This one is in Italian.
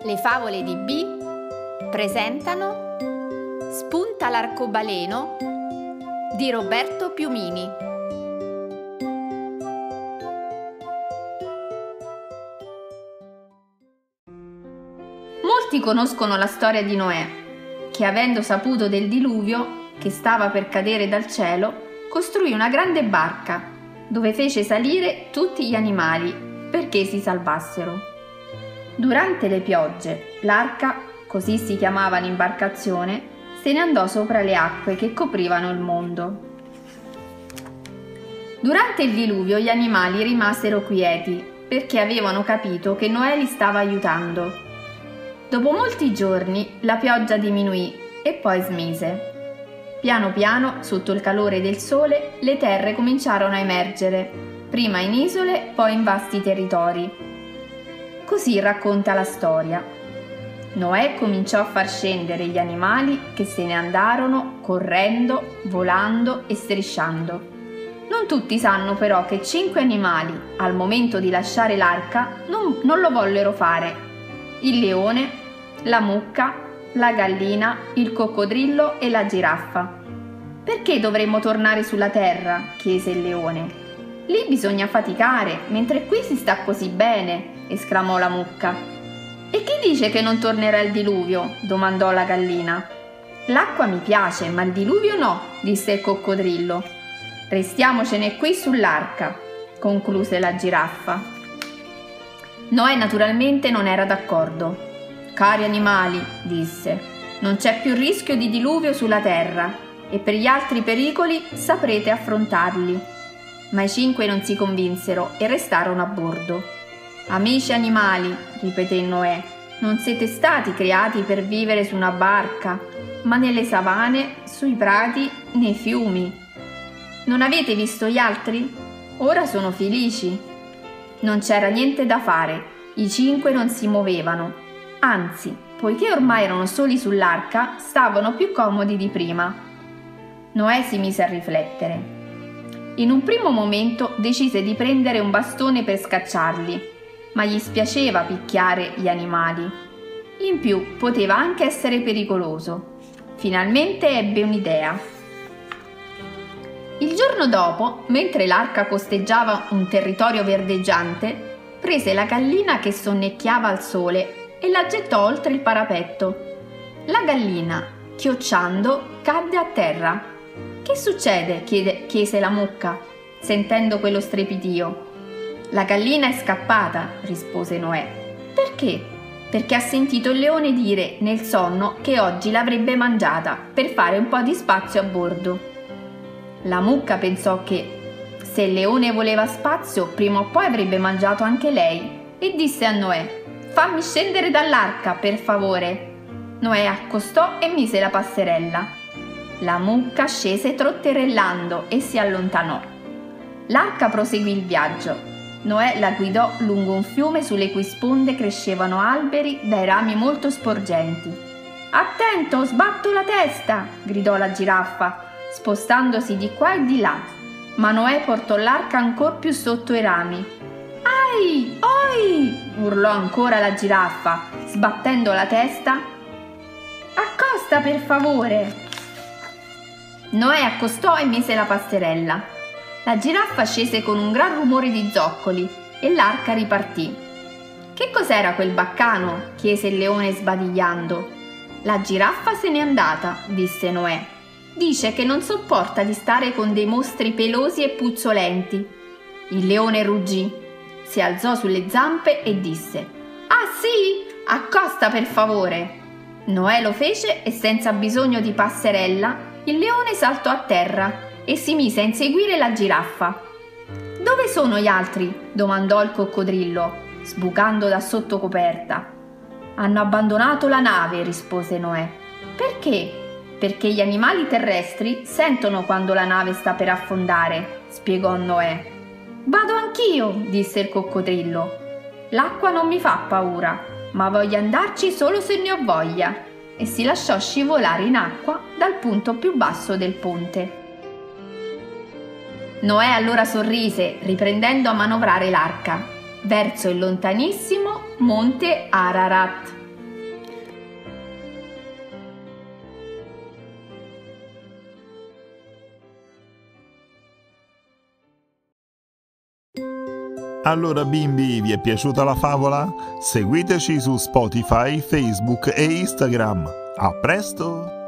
Le favole di B presentano Spunta l'arcobaleno di Roberto Piumini. Molti conoscono la storia di Noè, che avendo saputo del diluvio che stava per cadere dal cielo, costruì una grande barca dove fece salire tutti gli animali perché si salvassero. Durante le piogge, l'arca, così si chiamava l'imbarcazione, se ne andò sopra le acque che coprivano il mondo. Durante il diluvio gli animali rimasero quieti perché avevano capito che Noè li stava aiutando. Dopo molti giorni la pioggia diminuì e poi smise. Piano piano, sotto il calore del sole, le terre cominciarono a emergere, prima in isole, poi in vasti territori. Così racconta la storia. Noè cominciò a far scendere gli animali che se ne andarono correndo, volando e strisciando. Non tutti sanno però che 5 animali, al momento di lasciare l'arca, non lo vollero fare. Il leone, la mucca, la gallina, il coccodrillo e la giraffa. «Perché dovremmo tornare sulla terra?» chiese il leone. «Lì bisogna faticare, mentre qui si sta così bene», esclamò la mucca. «E chi dice che non tornerà il diluvio?» domandò la gallina. «L'acqua mi piace, ma il diluvio no», disse il coccodrillo. «Restiamocene qui sull'arca», concluse la giraffa. Noè naturalmente non era d'accordo. «Cari animali», disse, «non c'è più rischio di diluvio sulla terra e per gli altri pericoli saprete affrontarli». Ma i 5 non si convinsero e restarono a bordo. «Amici animali», ripeté Noè, «non siete stati creati per vivere su una barca, ma nelle savane, sui prati, nei fiumi. Non avete visto gli altri? Ora sono felici». Non c'era niente da fare, i 5 non si muovevano. Anzi, poiché ormai erano soli sull'arca, stavano più comodi di prima. Noè si mise a riflettere. In un primo momento decise di prendere un bastone per scacciarli, ma gli spiaceva picchiare gli animali. In più, poteva anche essere pericoloso. Finalmente ebbe un'idea. Il giorno dopo, mentre l'arca costeggiava un territorio verdeggiante, prese la gallina che sonnecchiava al sole e la gettò oltre il parapetto. La gallina, chiocciando, cadde a terra. «Che succede?» chiese la mucca, sentendo quello strepitio. «La gallina è scappata», rispose Noè. «Perché?» «Perché ha sentito il leone dire nel sonno che oggi l'avrebbe mangiata per fare un po' di spazio a bordo». La mucca pensò che, se il leone voleva spazio, prima o poi avrebbe mangiato anche lei e disse a Noè: «Fammi scendere dall'arca, per favore». Noè accostò e mise la passerella. La mucca scese trotterellando e si allontanò. L'arca proseguì il viaggio. Noè la guidò lungo un fiume sulle cui sponde crescevano alberi dai rami molto sporgenti. «Attento, sbatto la testa!» gridò la giraffa, spostandosi di qua e di là, ma Noè portò l'arca ancor più sotto i rami. «Ai! Oi!» urlò ancora la giraffa, sbattendo la testa. «Accosta, per favore!» Noè accostò e mise la passerella. La giraffa scese con un gran rumore di zoccoli e l'arca ripartì. «Che cos'era quel baccano?» chiese il leone sbadigliando. «La giraffa se n'è andata», disse Noè. «Dice che non sopporta di stare con dei mostri pelosi e puzzolenti». Il leone ruggì, si alzò sulle zampe e disse: «Ah sì? Accosta, per favore!» Noè lo fece e senza bisogno di passerella il leone saltò a terra e si mise a inseguire la giraffa. «Dove sono gli altri?» domandò il coccodrillo, sbucando da sotto coperta. «Hanno abbandonato la nave», rispose Noè. «Perché?» «Perché gli animali terrestri sentono quando la nave sta per affondare», spiegò Noè. «Vado anch'io», disse il coccodrillo. «L'acqua non mi fa paura, ma voglio andarci solo se ne ho voglia», e si lasciò scivolare in acqua dal punto più basso del ponte. Noè allora sorrise, riprendendo a manovrare l'arca. verso il lontanissimo monte Ararat. Allora bimbi, vi è piaciuta la favola? Seguiteci su Spotify, Facebook e Instagram. A presto!